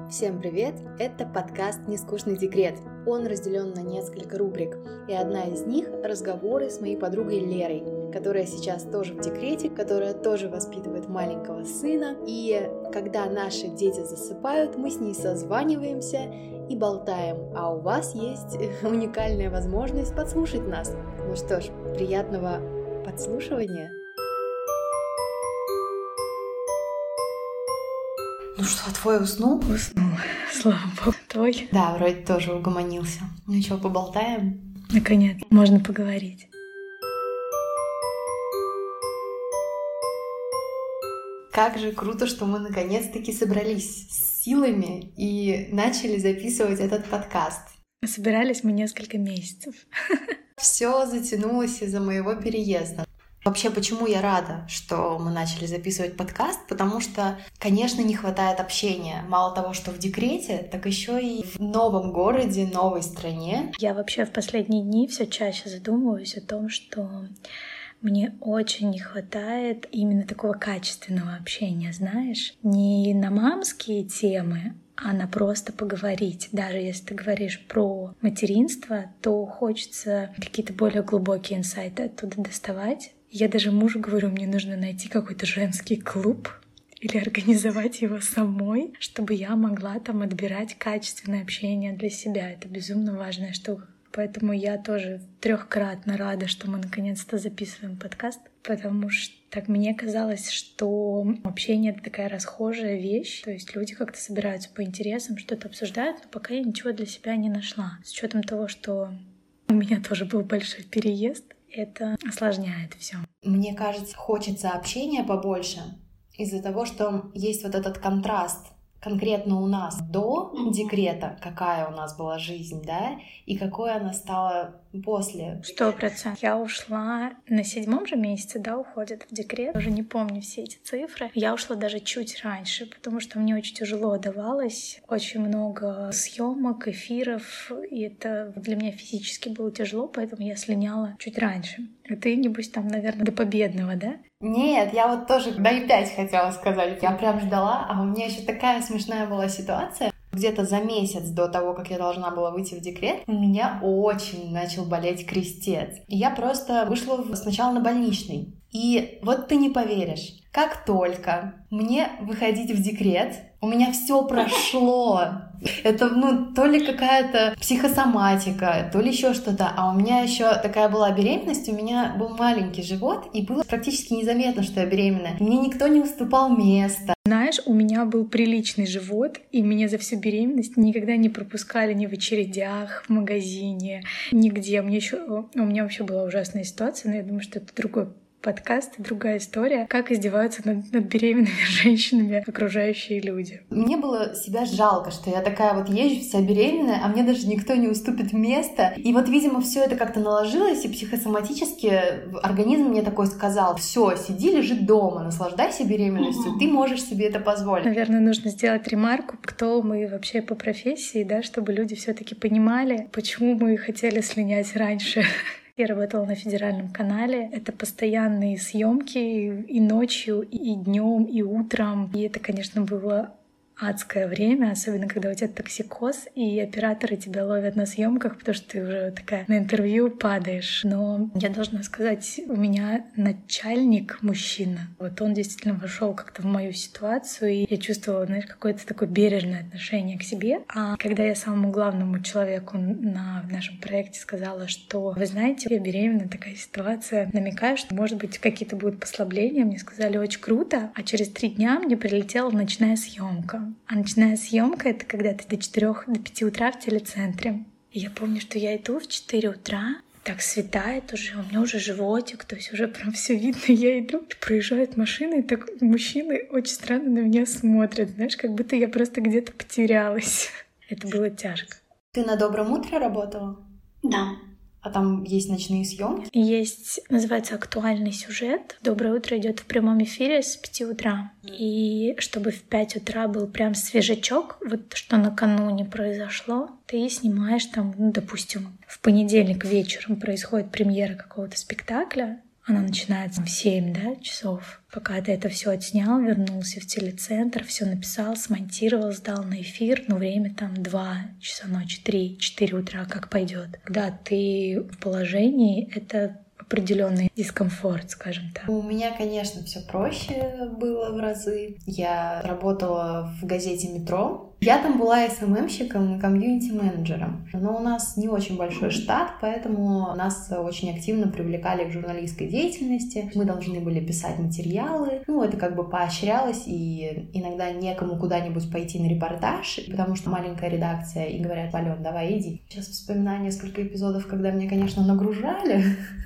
Всем привет! Это подкаст «Нескучный декрет». Он разделен на несколько рубрик, и одна из них — разговоры с моей подругой Лерой, которая сейчас тоже в декрете, которая тоже воспитывает маленького сына. И когда наши дети засыпают, мы с ней созваниваемся и болтаем, а у вас есть уникальная возможность подслушать нас. Ну что ж, приятного подслушивания! Ну что, твой уснул? Уснул, слава богу. Твой? Да, вроде тоже угомонился. Ну что, поболтаем? Наконец, можно поговорить. Как же круто, что мы наконец-таки собрались с силами и начали записывать этот подкаст. Собирались мы несколько месяцев. Все затянулось из-за моего переезда. Вообще, почему я рада, что мы начали записывать подкаст? Потому что, конечно, не хватает общения. Мало того, что в декрете, так еще и в новом городе, новой стране. Я вообще в последние дни все чаще задумываюсь о том, что мне очень не хватает именно такого качественного общения, знаешь? Не на мамские темы, а на просто поговорить. Даже если ты говоришь про материнство, то хочется какие-то более глубокие инсайты оттуда доставать. Я даже мужу говорю, мне нужно найти какой-то женский клуб или организовать его самой, чтобы я могла там отбирать качественное общение для себя. Это безумно важная штука. Поэтому я тоже трехкратно рада, что мы наконец-то записываем подкаст, потому что так мне казалось, что общение — это такая расхожая вещь, то есть люди как-то собираются по интересам, что-то обсуждают, но пока я ничего для себя не нашла. С учетом того, что у меня тоже был большой переезд, это осложняет все. Мне кажется, хочется общения побольше из-за того, что есть вот этот контраст конкретно у нас до декрета, какая у нас была жизнь, да, и какой она стала после. 100%. Я ушла на 7-м же месяце, да, уходит в декрет. Уже не помню все эти цифры. Я ушла даже чуть раньше, потому что мне очень тяжело давалось. Очень много съемок, эфиров, и это для меня физически было тяжело, поэтому я слиняла чуть раньше. А ты, небось, там, наверное, до победного, да? Нет, я вот тоже до И5 хотела сказать. Я прям ждала, а у меня еще такая смешная была ситуация. Где-то за месяц до того, как я должна была выйти в декрет, у меня очень начал болеть крестец. И я просто вышла сначала на больничный. И вот ты не поверишь, как только мне выходить в декрет, у меня все прошло. Это, то ли какая-то психосоматика, то ли еще что-то. А у меня еще такая была беременность, у меня был маленький живот, и было практически незаметно, что я беременна. Мне никто не уступал места. Знаешь, у меня был приличный живот, и меня за всю беременность никогда не пропускали ни в очередях, в магазине, нигде. У меня вообще была ужасная ситуация, но я думаю, что это другой подкаст и другая история, как издеваются над беременными женщинами окружающие люди. Мне было себя жалко, что я такая вот езжу вся беременная, а мне даже никто не уступит место. И вот, видимо, все это как-то наложилось, и психосоматически организм мне такой сказал: все, сиди, лежи дома, наслаждайся беременностью, ты можешь себе это позволить. Наверное, нужно сделать ремарку, кто мы вообще по профессии, да, чтобы люди все-таки понимали, почему мы хотели слинять раньше. Я работала на федеральном канале. Это постоянные съемки и ночью, и днем, и утром. И это, конечно, было адское время, особенно когда у тебя токсикоз, и операторы тебя ловят на съемках, потому что ты уже такая на интервью падаешь. Но я должна сказать, у меня начальник мужчина. Вот он действительно вошел как-то в мою ситуацию, и я чувствовала, знаешь, какое-то такое бережное отношение к себе. А когда я самому главному человеку на нашем проекте сказала, что, вы знаете, я беременна, такая ситуация, намекаю, что, может быть, какие-то будут послабления, мне сказали: очень круто. А через 3 дня мне прилетела ночная съемка. А ночная съемка — это когда ты до 4-5 утра в телецентре. И я помню, что я иду в 4 утра, так светает уже, у меня уже животик, то есть уже прям все видно. Я иду, проезжает машина, и так мужчины очень странно на меня смотрят, знаешь, как будто я просто где-то потерялась. Это было тяжко. Ты на «Добром утре» работала? Да. А там есть ночные съемки? Есть, называется, актуальный сюжет. «Доброе утро» идет в прямом эфире с 5 утра. И чтобы в 5 утра был прям свежачок, вот что накануне произошло, ты снимаешь там, допустим, в понедельник вечером происходит премьера какого-то спектакля, Она начинается в 7, да, часов. Пока ты это все отснял, вернулся в телецентр, все написал, смонтировал, сдал на эфир, но время там 2 часа ночи, 3, 4 утра, как пойдет. Когда ты в положении, это определенный дискомфорт, скажем так. У меня, конечно, все проще было в разы. Я работала в газете «Метро». Я там была СММщиком и комьюнити-менеджером. Но у нас не очень большой штат, поэтому нас очень активно привлекали к журналистской деятельности. Мы должны были писать материалы. Это как бы поощрялось, и иногда некому куда-нибудь пойти на репортаж, потому что маленькая редакция, и говорят: «Алён, давай иди». Сейчас вспоминаю несколько эпизодов, когда меня, конечно, нагружали,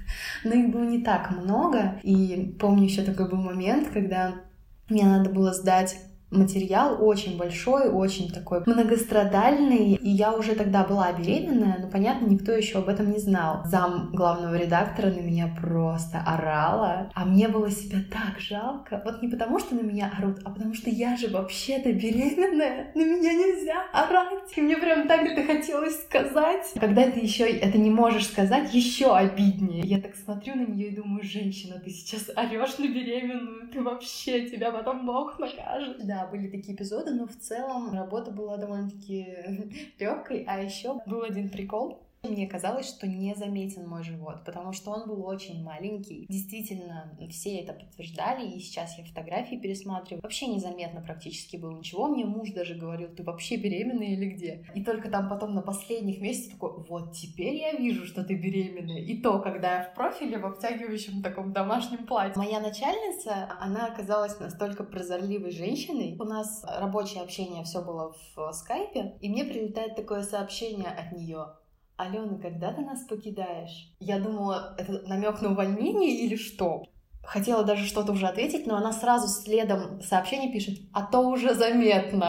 но их было не так много. И помню еще такой был момент, когда мне надо было сдать материал очень большой, очень такой многострадальный, и я уже тогда была беременная, но, понятно, никто еще об этом не знал. Зам главного редактора на меня просто орала, а мне было себя так жалко. Вот не потому, что на меня орут, а потому что я же вообще-то беременная, на меня нельзя орать. И мне прям так это хотелось сказать. Когда ты еще это не можешь сказать, еще обиднее. Я так смотрю на нее и думаю: женщина, ты сейчас орешь на беременную, ты вообще, тебя потом Бог накажет. Да, были такие эпизоды, но в целом работа была довольно-таки легкой. А еще был один прикол. Мне казалось, что не заметен мой живот, потому что он был очень маленький. Действительно, все это подтверждали, и сейчас я фотографии пересматриваю. Вообще незаметно практически было ничего. Мне муж даже говорил: ты вообще беременная или где? И только там потом на последних месяцах такой: вот теперь я вижу, что ты беременная. И то, когда я в профиле в обтягивающем таком домашнем платье. Моя начальница, она оказалась настолько прозорливой женщиной. У нас рабочее общение все было в скайпе, и мне прилетает такое сообщение от нее: «Алена, когда ты нас покидаешь?» Я думала, это намек на увольнение или что? Хотела даже что-то уже ответить, но она сразу следом сообщение пишет: «А то уже заметно».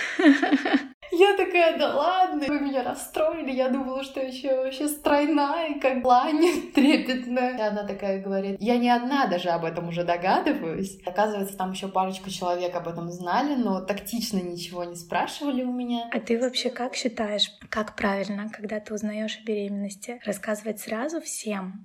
Я такая: да ладно, вы меня расстроили, я думала, что еще вообще стройная, как лань, трепетная. И она такая говорит: я не одна даже об этом уже догадываюсь. Оказывается, там еще парочку человек об этом знали, но тактично ничего не спрашивали у меня. А ты вообще как считаешь, как правильно, когда ты узнаешь о беременности, рассказывать сразу всем?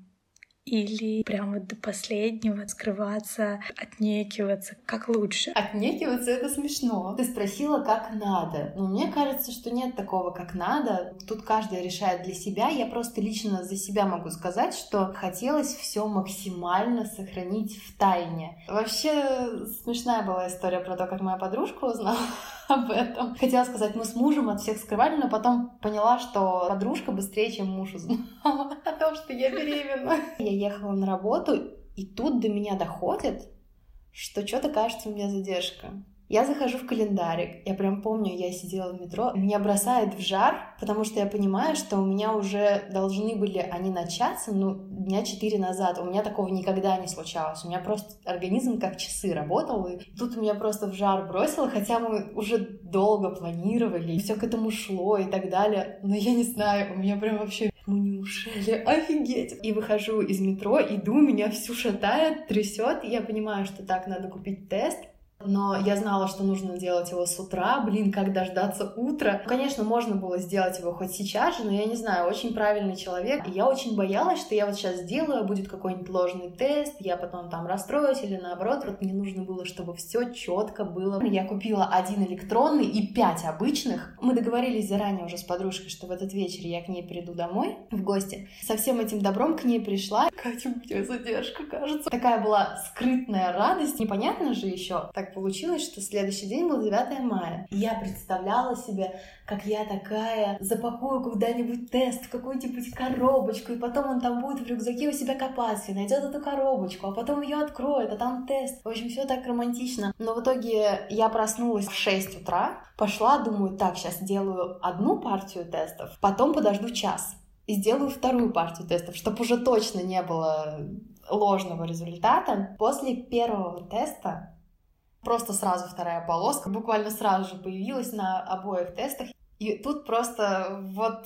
Или прямо до последнего скрываться, отнекиваться? Как лучше? Отнекиваться — это смешно. Ты спросила, как надо. Но мне кажется, что нет такого, как надо. Тут каждый решает для себя. Я просто лично за себя могу сказать, что хотелось все максимально сохранить в тайне. Вообще смешная была история про то, как моя подружка узнала об этом. Хотела сказать, мы с мужем от всех скрывали, но потом поняла, что подружка быстрее, чем муж узнала о том, что я беременна. Я ехала на работу, и тут до меня доходит, что что-то кажется, у меня задержка. Я захожу в календарик, я прям помню, я сидела в метро, меня бросает в жар, потому что я понимаю, что у меня уже должны были они начаться, дня 4 назад. У меня такого никогда не случалось. У меня просто организм как часы работал, и тут меня просто в жар бросило, хотя мы уже долго планировали, и все к этому шло и так далее. Но я не знаю, у меня прям вообще... неужели? Офигеть! И выхожу из метро, иду, меня всю шатает, трясет, и я понимаю, что так, надо купить тест. Но я знала, что нужно делать его с утра. Как дождаться утра? Конечно, можно было сделать его хоть сейчас же, но я не знаю, очень правильный человек. И я очень боялась, что я вот сейчас сделаю, будет какой-нибудь ложный тест, я потом там расстроюсь или наоборот. Вот мне нужно было, чтобы все четко было. Я купила 1 электронный и 5 обычных. Мы договорились заранее уже с подружкой, что в этот вечер я к ней приду домой в гости. Со всем этим добром к ней пришла. Катя, у меня задержка, кажется. Такая была скрытная радость. Непонятно же еще. Так получилось, что следующий день был 9 мая. И я представляла себе, как я такая запакую куда-нибудь тест в какую-нибудь коробочку, и потом он там будет в рюкзаке у себя копаться, и найдет эту коробочку, а потом ее откроет, а там тест. В общем, все так романтично. Но в итоге я проснулась в 6 утра, пошла, думаю, так, сейчас делаю 1 партию тестов, потом подожду час и сделаю 2 партию тестов, чтобы уже точно не было ложного результата. После 1 теста просто сразу 2 полоска, буквально сразу же появилась на обоих тестах. И тут просто,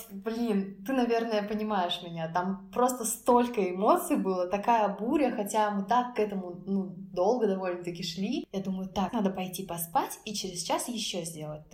ты, наверное, понимаешь меня, там просто столько эмоций было, такая буря, хотя мы так к этому, долго довольно-таки шли. Я думаю, так, надо пойти поспать и через час еще сделать тест.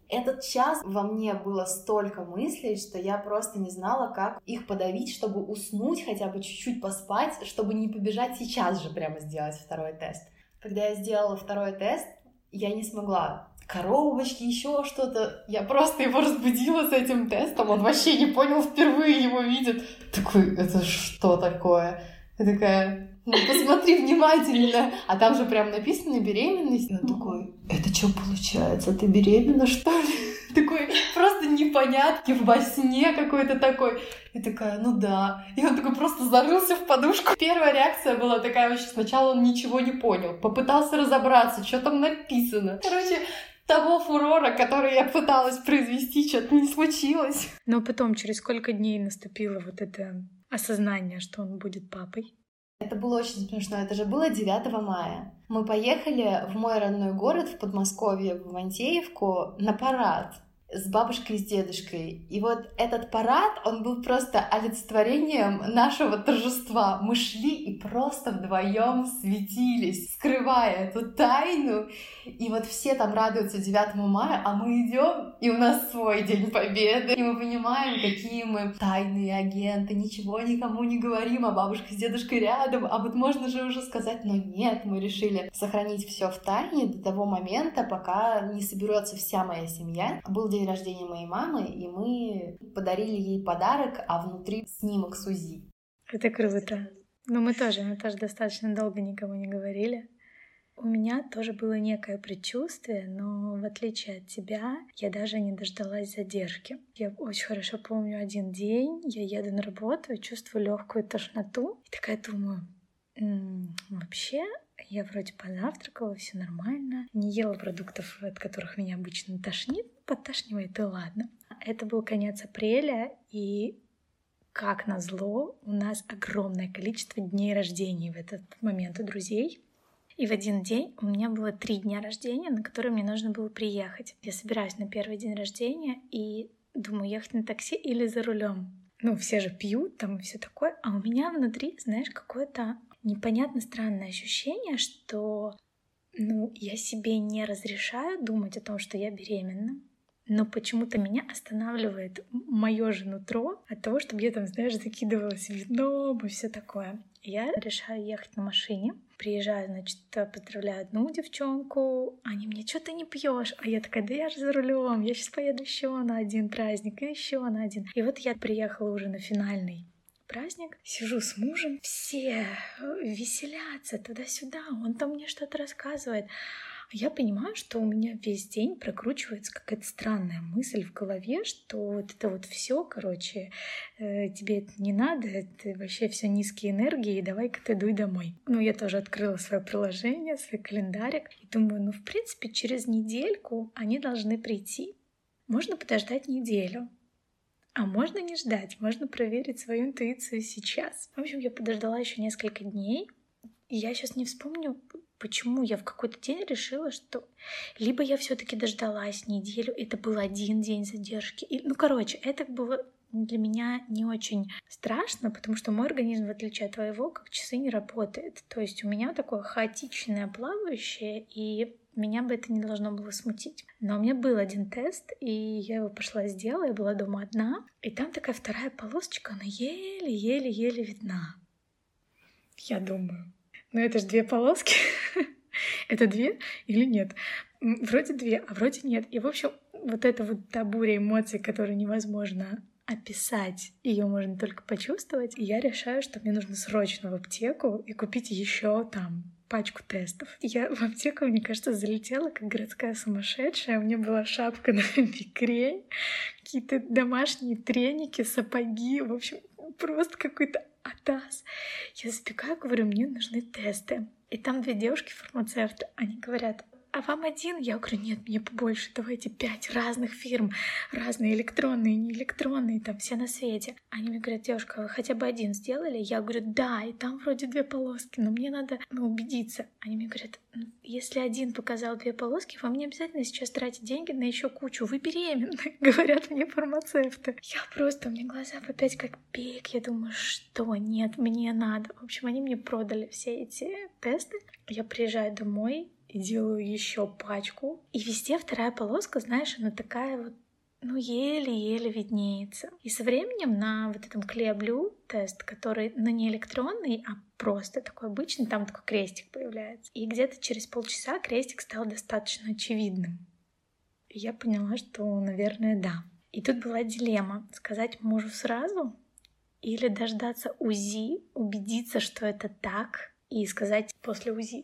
Этот час во мне было столько мыслей, что я просто не знала, как их подавить, чтобы уснуть, хотя бы чуть-чуть поспать, чтобы не побежать сейчас же прямо сделать второй тест. Когда я сделала второй тест, я не смогла. Коробочки, еще что-то. Я просто его разбудила с этим тестом. Он вообще не понял, впервые его видит. Такой, это что такое? Я такая, ну посмотри внимательно. А там же прям написано беременность. И он такой, это что получается? Ты беременна, что ли? Такой просто непонятки во сне какой-то такой. И такая, ну да. И он такой просто зарылся в подушку. Первая реакция была такая вообще. Сначала он ничего не понял. Попытался разобраться, что там написано. Короче, того фурора, который я пыталась произвести, что-то не случилось. Но потом, через сколько дней наступило вот это осознание, что он будет папой? Это было очень смешно. Это же было 9 мая. Мы поехали в мой родной город, в Подмосковье, в Ивантеевку, на парад с бабушкой и с дедушкой. И вот этот парад, он был просто олицетворением нашего торжества. Мы шли и просто вдвоем светились, скрывая эту тайну. И вот все там радуются 9 мая, а мы идем, и у нас свой День Победы. И мы понимаем, какие мы тайные агенты, ничего никому не говорим, а бабушка с дедушкой рядом. А вот можно же уже сказать, но нет, мы решили сохранить все в тайне до того момента, пока не соберется вся моя семья. Был день рождения моей мамы, и мы подарили ей подарок, а внутри снимок с УЗИ. Это круто. Но мы тоже достаточно долго никому не говорили. У меня тоже было некое предчувствие, но в отличие от тебя, я даже не дождалась задержки. Я очень хорошо помню один день, я еду на работу и чувствую легкую тошноту. И такая думаю, вообще я вроде позавтракала, все нормально, не ела продуктов, от которых меня обычно тошнит, подташнивает, и ладно. Это был конец апреля, и как назло, у нас огромное количество дней рождения в этот момент у друзей. И в один день у меня было 3 дня рождения, на которые мне нужно было приехать. Я собираюсь на первый день рождения и думаю, ехать на такси или за рулем. Ну, все же пьют там и все такое, а у меня внутри, знаешь, какое-то непонятно странное ощущение, что, я себе не разрешаю думать о том, что я беременна, но почему-то меня останавливает мое же нутро от того, чтобы я там, знаешь, закидывалась вином и все такое. Я решаю ехать на машине. Приезжаю, значит, поздравляю одну девчонку. Они мне, что ты не пьешь? А я такая, да я же за рулем, я сейчас поеду еще на один праздник и еще на один. И вот я приехала уже на финальный праздник, сижу с мужем, все веселятся туда-сюда, он там мне что-то рассказывает. Я понимаю, что у меня весь день прокручивается какая-то странная мысль в голове, что вот это вот все, короче, тебе это не надо, это вообще все низкие энергии, давай-ка ты дуй домой. Я тоже открыла свое приложение, свой календарик и думаю, в принципе, через недельку они должны прийти. Можно подождать неделю. А можно не ждать, можно проверить свою интуицию сейчас. В общем, я подождала еще несколько дней, и я сейчас не вспомню, почему я в какой-то день решила, что либо я все-таки дождалась неделю, это был 1 день задержки. Это было для меня не очень страшно, потому что мой организм, в отличие от твоего, как часы не работает. То есть у меня такое хаотичное плавающее, и меня бы это не должно было смутить. Но у меня был один тест, и я его пошла сделала, я была дома одна, и там такая вторая полосочка, она еле-еле-еле видна. Я думаю, это же 2 полоски. Это 2 или нет? Вроде 2, а вроде нет. И, в общем, вот эта вот та буря эмоций, которую невозможно описать, ее можно только почувствовать. И я решаю, что мне нужно срочно в аптеку и купить еще там пачку тестов. Я в аптеку, мне кажется, залетела как городская сумасшедшая. У меня была шапка на бикрень, какие-то домашние треники, сапоги. В общем, просто какой-то атас. Я забегаю, говорю, мне нужны тесты. И там 2 девушки-фармацевты. Они говорят, а вам 1? Я говорю, нет, мне побольше, давайте 5 разных фирм, разные электронные, неэлектронные, там все на свете. Они мне говорят, девушка, вы хотя бы 1 сделали? Я говорю, да, и там вроде 2 полоски, но мне надо убедиться. Они мне говорят, если 1 показал 2 полоски, вам не обязательно сейчас тратить деньги на еще кучу, вы беременны, говорят мне фармацевты. Я просто, у меня глаза по 5 копеек, я думаю, что нет, мне надо. В общем, они мне продали все эти тесты. Я приезжаю домой, и делаю еще пачку. И везде вторая полоска, знаешь, она такая вот, ну, еле-еле виднеется. И со временем на вот этом Clear Blue тест, который, ну, не электронный, а просто такой обычный, там такой крестик появляется. И где-то через полчаса крестик стал достаточно очевидным. И я поняла, что, наверное, да. И тут была дилемма: сказать мужу сразу или дождаться УЗИ, убедиться, что это так, и сказать после УЗИ.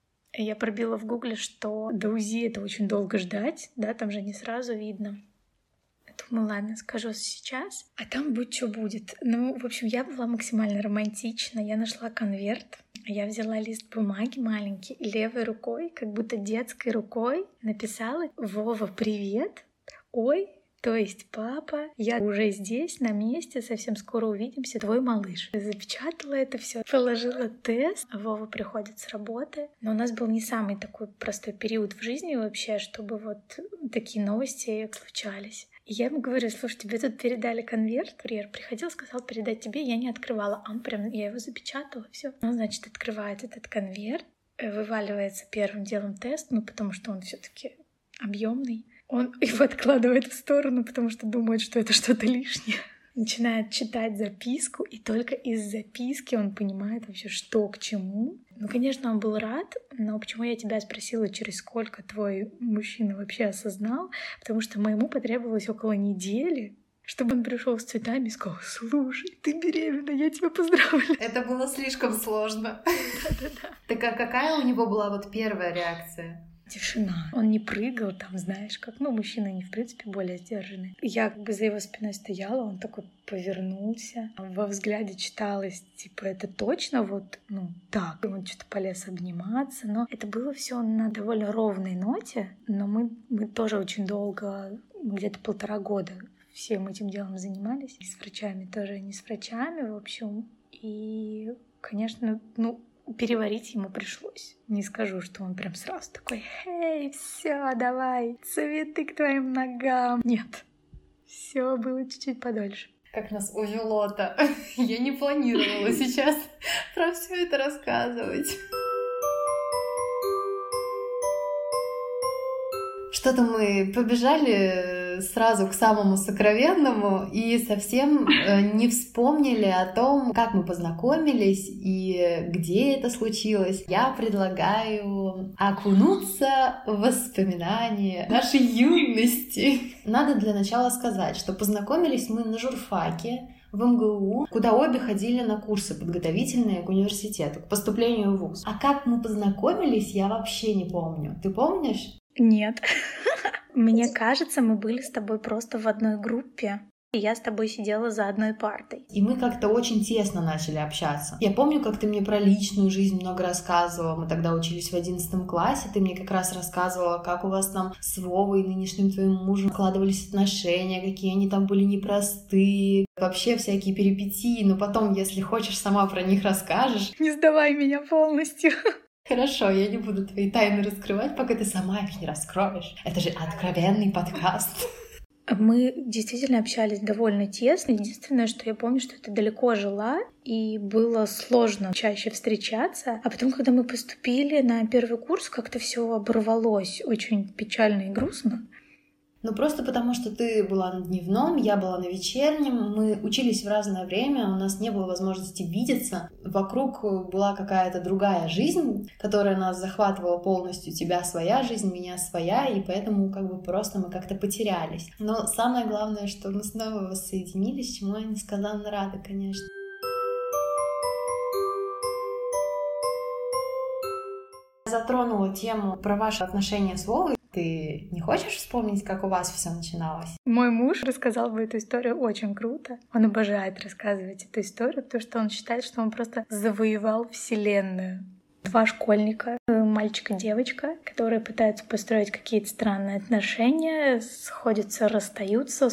Я пробила в гугле, что до УЗИ это очень долго ждать, да, там же не сразу видно. Думаю, ладно, скажу сейчас, а там будь что будет. Ну, в общем, я была максимально романтична. Я нашла конверт, я взяла лист бумаги маленький, левой рукой, как будто детской рукой, написала: «Вова, привет! Ой, то есть папа, я уже здесь, на месте, совсем скоро увидимся, твой малыш». Запечатала это все, положила тест. Вова приходит с работы. Но у нас был не самый такой простой период в жизни вообще, чтобы вот такие новости случались. И я ему говорю: слушай, тебе тут передали конверт, курьер приходил, сказал передать тебе, я не открывала. А он прям, я его запечатала, все. Он, значит, открывает этот конверт, вываливается первым делом тест, ну, потому что он все-таки объемный. Он его откладывает в сторону, потому что думает, что это что-то лишнее. Начинает читать записку, и только из записки он понимает вообще, что к чему. Ну, конечно, он был рад, но почему я тебя спросила, через сколько твой мужчина вообще осознал? Потому что моему потребовалось около недели, чтобы он пришел с цветами и сказал: слушай, ты беременна, я тебя поздравляю. Это было слишком сложно. Да-да-да. Так а какая у него была вот первая реакция? Тишина. Он не прыгал там, знаешь, как, ну, мужчины, они, в принципе, более сдержанные. Я как бы за его спиной стояла, он такой повернулся. Во взгляде читалось, типа, это точно вот, ну, так. И он что-то полез обниматься, но это было все на довольно ровной ноте, но мы тоже очень долго, где-то 1,5 года всем этим делом занимались. И с врачами тоже, и не с врачами, в общем. И, конечно, ну, переварить ему пришлось. Не скажу, что он прям сразу такой: «Эй, все, давай, цветы к твоим ногам». Нет, все было чуть-чуть подольше. Как нас увело-то. Я не планировала сейчас про все это рассказывать. Что-то мы побежали сразу к самому сокровенному и совсем не вспомнили о том, как мы познакомились и где это случилось. Я предлагаю окунуться в воспоминания нашей юности. Надо для начала сказать, что познакомились мы на журфаке в МГУ, куда обе ходили на курсы подготовительные к университету, к поступлению в вуз. А как мы познакомились, я вообще не помню. Ты помнишь? Нет. Мне кажется, мы были с тобой просто в одной группе. И я с тобой сидела за одной партой. И мы как-то очень тесно начали общаться. Я помню, как ты мне про личную жизнь много рассказывала. Мы тогда учились в 11 классе. Ты мне как раз рассказывала, как у вас там с Вовой, нынешним твоим мужем, складывались отношения, какие они там были непростые. Вообще всякие перипетии. Но потом, если хочешь, сама про них расскажешь. Не сдавай меня полностью. Хорошо, я не буду твои тайны раскрывать, пока ты сама их не раскроешь. Это же откровенный подкаст. Мы действительно общались довольно тесно. Единственное, что я помню, что ты далеко жила, и было сложно чаще встречаться. А потом, когда мы поступили на первый курс, как-то все оборвалось очень печально и грустно. Ну, просто потому, что ты была на дневном, я была на вечернем, мы учились в разное время, у нас не было возможности видеться. Вокруг была какая-то другая жизнь, которая нас захватывала полностью. Тебя своя жизнь, меня своя, и поэтому как бы просто мы как-то потерялись. Но самое главное, что мы снова воссоединились, чему я несказанно рада, конечно. Я затронула тему про ваши отношения с Вовой. Ты не хочешь вспомнить, как у вас все начиналось? Мой муж рассказал бы эту историю очень круто. Он обожает рассказывать эту историю, потому что он считает, что он просто завоевал вселенную. 2 школьника, мальчик и девочка, которые пытаются построить какие-то странные отношения, сходятся, расстаются,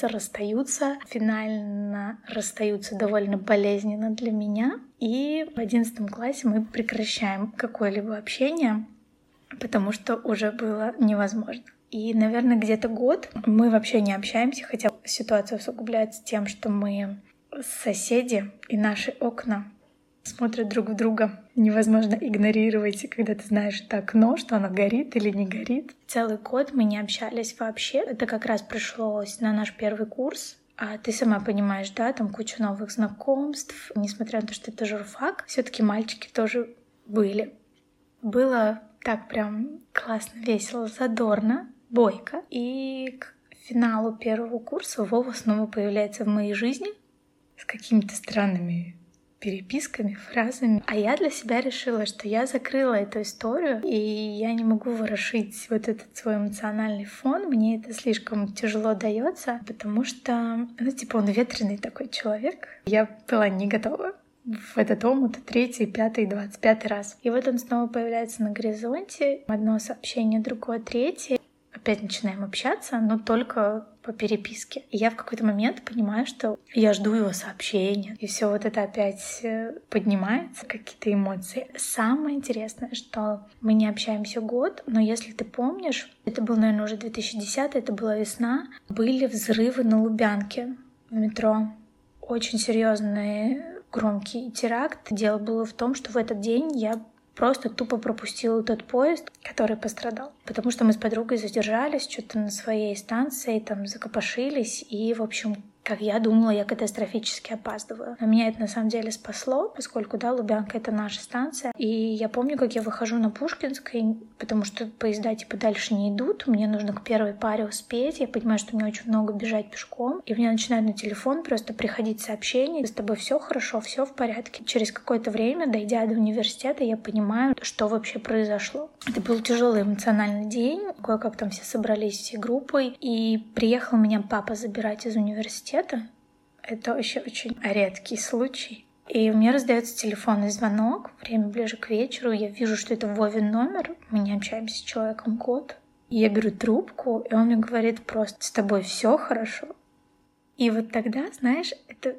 финально расстаются довольно болезненно для меня. И в 11 классе мы прекращаем какое-либо общение, потому что уже было невозможно. И, наверное, где-то год мы вообще не общаемся, хотя ситуация усугубляется тем, что мы соседи, и наши окна смотрят друг в друга. Невозможно игнорировать, когда ты знаешь это окно, что оно горит или не горит. Целый год мы не общались вообще. Это как раз пришлось на наш первый курс. А ты сама понимаешь, да, там куча новых знакомств. Несмотря на то, что это журфак, все-таки мальчики тоже были. Было так прям классно, весело, задорно, бойко. И к финалу первого курса Вова снова появляется в моей жизни с какими-то странными переписками, фразами. А я для себя решила, что я закрыла эту историю, и я не могу ворошить вот этот свой эмоциональный фон. Мне это слишком тяжело дается, потому что, он ветреный такой человек. Я была не готова в этот омут 3-й, 5-й, 25-й раз. И вот он снова появляется на горизонте. Одно сообщение, другое, третье. Опять начинаем общаться, но только по переписке. И я в какой-то момент понимаю, что я жду его сообщения, и все вот это опять поднимается, какие-то эмоции. Самое интересное, что мы не общаемся год, но если ты помнишь, это был, наверное, уже 2010, это была весна, были взрывы на Лубянке в метро. Очень серьезный громкий теракт. Дело было в том, что в этот день я просто тупо пропустила тот поезд, который пострадал. Потому что мы с подругой задержались что-то на своей станции, там закопошились, и, в общем, как я думала, я катастрофически опаздываю. Но меня это на самом деле спасло, поскольку, да, Лубянка — это наша станция. И я помню, как я выхожу на Пушкинской, потому что поезда типа дальше не идут, мне нужно к первой паре успеть, я понимаю, что мне очень много бежать пешком, и мне начинает на телефон просто приходить сообщения: с тобой все хорошо, все в порядке. Через какое-то время, дойдя до университета, я понимаю, что вообще произошло. Это был тяжелый эмоциональный день, кое-как там все собрались всей группой, и приехал меня папа забирать из университета. Это вообще очень редкий случай. И у меня раздается телефонный звонок, время ближе к вечеру, я вижу, что это Вовин номер, мы не общаемся с человеком год. И я беру трубку, и он мне говорит просто: с тобой все хорошо. И вот тогда, знаешь, это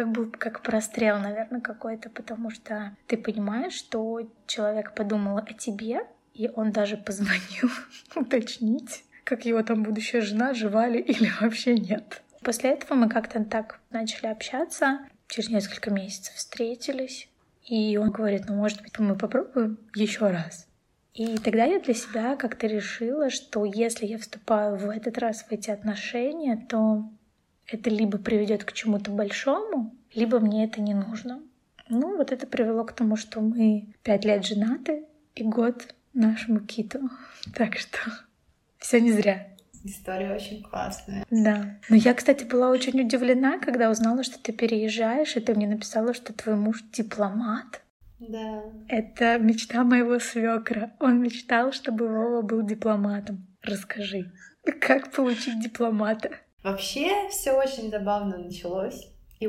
как прострел, наверное, какой-то, потому что ты понимаешь, что человек подумал о тебе, и он даже позвонил уточнить, как его там будущая жена, жива ли или вообще нет. После этого мы как-то так начали общаться, через несколько месяцев встретились, и он говорит: может быть, мы попробуем еще раз. И тогда я для себя как-то решила, что если я вступаю в этот раз в эти отношения, то это либо приведет к чему-то большому, либо мне это не нужно. Вот это привело к тому, что мы 5 лет женаты и год нашему киту. Так что все не зря. История очень классная. Да. Но я, кстати, была очень удивлена, когда узнала, что ты переезжаешь, и ты мне написала, что твой муж дипломат. Да. Это мечта моего свекра. Он мечтал, чтобы Вова был дипломатом. Расскажи, как получить дипломата? Вообще все очень забавно началось и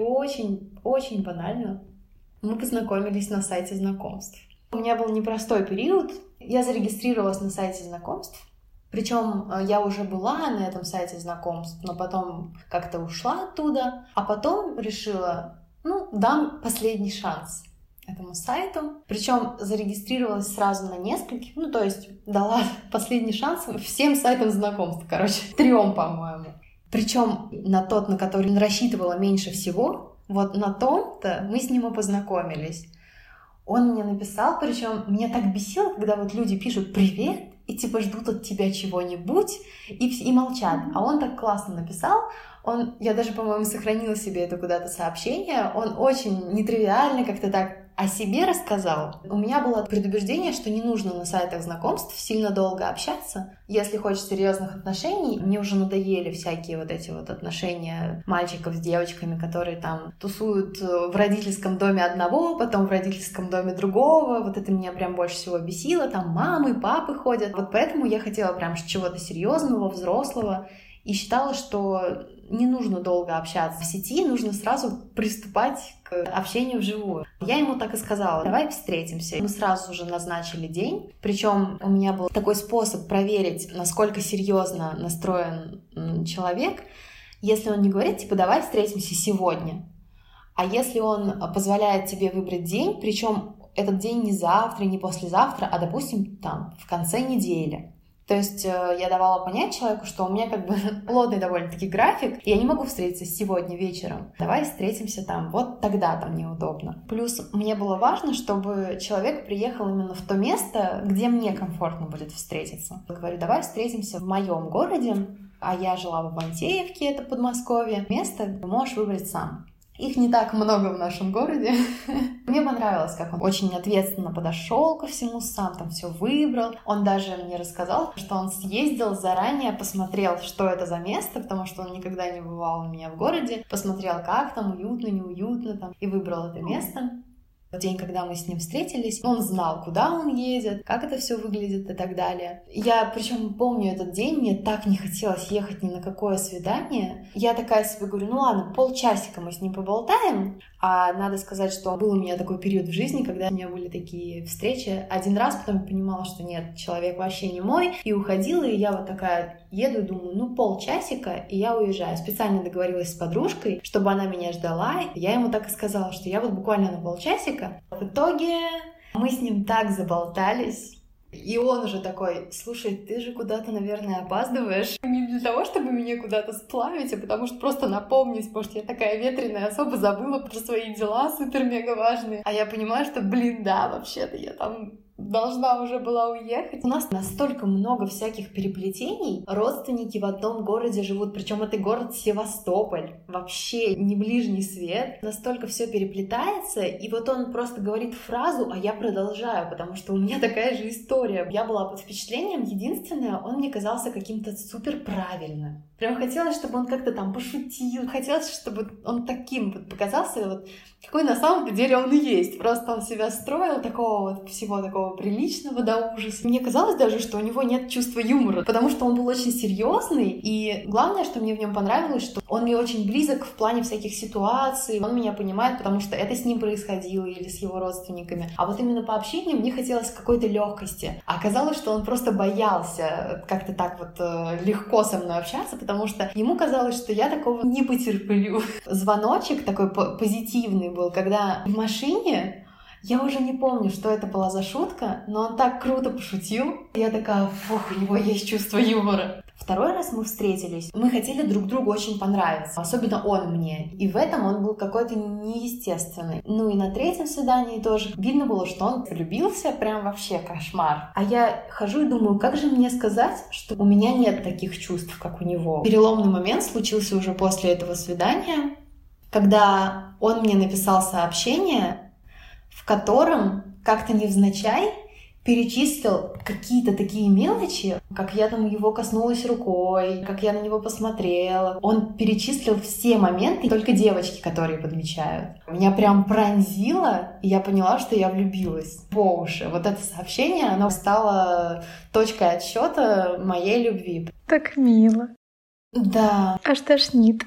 очень банально. Мы познакомились на сайте знакомств. У меня был непростой период. Я зарегистрировалась на сайте знакомств. Причем я уже была на этом сайте знакомств, но потом как-то ушла оттуда, а потом решила, дам последний шанс этому сайту. Причем зарегистрировалась сразу на нескольких, то есть дала последний шанс всем сайтам знакомств, 3, по-моему. Причем на тот, на который рассчитывала меньше всего, вот на том-то мы с ним и познакомились. Он мне написал, причем меня так бесило, когда вот люди пишут «привет», и ждут от тебя чего-нибудь и молчат. А он так классно написал. Я даже, по-моему, сохранила себе это куда-то сообщение. Он очень нетривиально как-то так о себе рассказал. У меня было предубеждение, что не нужно на сайтах знакомств сильно долго общаться. Если хочешь серьезных отношений, мне уже надоели всякие вот эти вот отношения мальчиков с девочками, которые там тусуют в родительском доме одного, потом в родительском доме другого. Вот это меня прям больше всего бесило. Там мамы, папы ходят. Вот поэтому я хотела прям чего-то серьезного, взрослого. И считала, что не нужно долго общаться в сети, нужно сразу приступать к общению вживую. Я ему так и сказала: давай встретимся. Мы сразу же назначили день. Причем у меня был такой способ проверить, насколько серьезно настроен человек. Если он не говорит, давай встретимся сегодня. А если он позволяет тебе выбрать день, причем этот день не завтра, не послезавтра, а, допустим, там, в конце недели. То есть я давала понять человеку, что у меня как бы плотный довольно-таки график, и я не могу встретиться сегодня вечером. Давай встретимся там, вот тогда там неудобно. Плюс мне было важно, чтобы человек приехал именно в то место, где мне комфортно будет встретиться. Я говорю, давай встретимся в моем городе, а я жила в Ивантеевке, это Подмосковье. Место можешь выбрать сам. Их не так много в нашем городе. Мне понравилось, как он очень ответственно подошел ко всему, сам там все выбрал. Он даже мне рассказал, что он съездил заранее, посмотрел, что это за место, потому что он никогда не бывал у меня в городе. Посмотрел, как там, уютно, неуютно там, и выбрал это место. В день, когда мы с ним встретились, он знал, куда он едет, как это все выглядит и так далее. Я, причем помню этот день, мне так не хотелось ехать ни на какое свидание. Я такая себе говорю, ну ладно, полчасика мы с ним поболтаем. А надо сказать, что был у меня такой период в жизни, когда у меня были такие встречи. Один раз потом понимала, что нет, человек вообще не мой, и уходила, и я вот такая еду и думаю, ну полчасика, и я уезжаю. Специально договорилась с подружкой, чтобы она меня ждала. Я ему так и сказала, что я вот буквально на полчасика. В итоге мы с ним так заболтались. И он уже такой, слушай, ты же куда-то, наверное, опаздываешь. Не для того, чтобы меня куда-то сплавить, а потому что просто напомнить, потому что я такая ветреная, особо забыла про свои дела супер-мега важные. А я понимаю, что, да, вообще-то я там должна уже была уехать. У нас настолько много всяких переплетений. Родственники в одном городе живут, причем это город Севастополь. Вообще не ближний свет. Настолько все переплетается, и вот он просто говорит фразу, а я продолжаю, потому что у меня такая же история. Я была под впечатлением. Единственное, он мне казался каким-то супер правильным. Прям хотелось, чтобы он как-то там пошутил. Хотелось, чтобы он таким вот показался, вот какой на самом деле он и есть. Просто он себя строил такого вот всего такого приличного до ужаса. Мне казалось даже, что у него нет чувства юмора, потому что он был очень серьезный. И главное, что мне в нем понравилось, что он мне очень близок в плане всяких ситуаций. Он меня понимает, потому что это с ним происходило или с его родственниками. А вот именно по общению мне хотелось какой-то легкости. А оказалось, что он просто боялся как-то так вот легко со мной общаться, потому что ему казалось, что я такого не потерплю. Звоночек такой позитивный был, когда в машине, я уже не помню, что это была за шутка, но он так круто пошутил. Я такая, фух, у него есть чувство юмора. Второй раз мы встретились, мы хотели друг другу очень понравиться, особенно он мне. И в этом он был какой-то неестественный. Ну и на третьем свидании тоже видно было, что он влюбился, прям вообще кошмар. А я хожу и думаю, как же мне сказать, что у меня нет таких чувств, как у него. Переломный момент случился уже после этого свидания, когда он мне написал сообщение, в котором как-то невзначай перечислил какие-то такие мелочи, как я там его коснулась рукой, как я на него посмотрела. Он перечислил все моменты, только девочки, которые подмечают. Меня прям пронзило, и я поняла, что я влюбилась по уши. Вот это сообщение, оно стало точкой отсчета моей любви. Так мило. Да. Аж тошнит.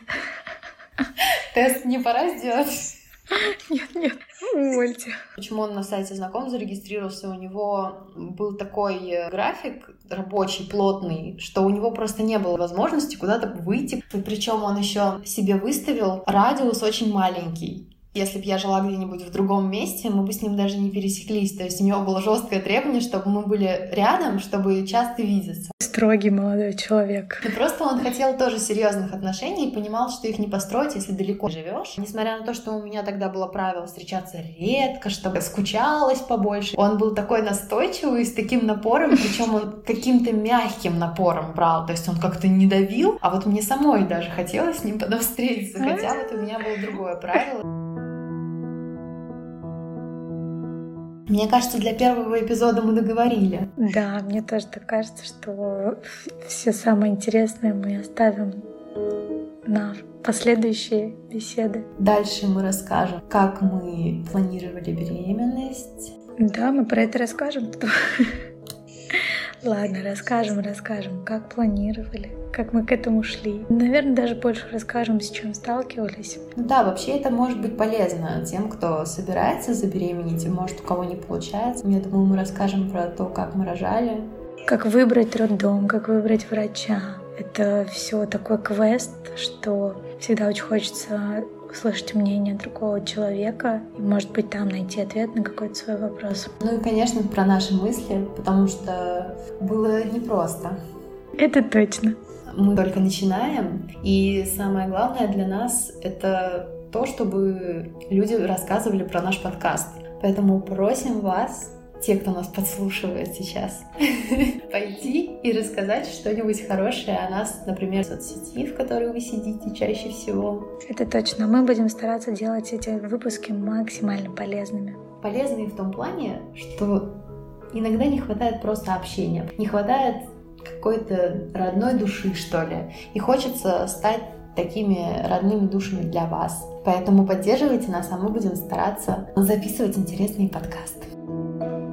Тест не пора сделать? Нет, увольте. Почему он на сайте знакомств зарегистрировался? У него был такой график рабочий, плотный, что у него просто не было возможности куда-то выйти. И причем он еще себе выставил радиус очень маленький. Если бы я жила где-нибудь в другом месте, мы бы с ним даже не пересеклись. То есть у него было жесткое требование, чтобы мы были рядом, чтобы часто видеться. Строгий молодой человек. И просто он хотел тоже серьезных отношений и понимал, что их не построить, если далеко живешь. Несмотря на то, что у меня тогда было правило встречаться редко, чтобы скучалось побольше, он был такой настойчивый, с таким напором, причем он каким-то мягким напором брал. То есть он как-то не давил, а вот мне самой даже хотелось с ним потом встретиться, хотя вот у меня было другое правило. Мне кажется, для первого эпизода мы договорили. Да, мне тоже так кажется, что все самое интересное мы оставим на последующие беседы. Дальше мы расскажем, как мы планировали беременность. Да, мы про это расскажем. Ладно, расскажем, как планировали, как мы к этому шли. Наверное, даже больше расскажем, с чем сталкивались. Да, вообще это может быть полезно тем, кто собирается забеременеть, и может у кого не получается. Я думаю, мы расскажем про то, как мы рожали. Как выбрать роддом, как выбрать врача. Это все такой квест, что всегда очень хочется услышать мнение другого человека и, может быть, там найти ответ на какой-то свой вопрос. Ну и, конечно, про наши мысли, потому что было непросто. Это точно. Мы только начинаем, и самое главное для нас — это то, чтобы люди рассказывали про наш подкаст. Поэтому просим вас, те, кто нас подслушивает сейчас, пойти и рассказать что-нибудь хорошее о нас, например, в соцсети, в которой вы сидите чаще всего. Это точно. Мы будем стараться делать эти выпуски максимально полезными. Полезные в том плане, что иногда не хватает просто общения, не хватает какой-то родной души, что ли. И хочется стать такими родными душами для вас. Поэтому поддерживайте нас, а мы будем стараться записывать интересные подкасты.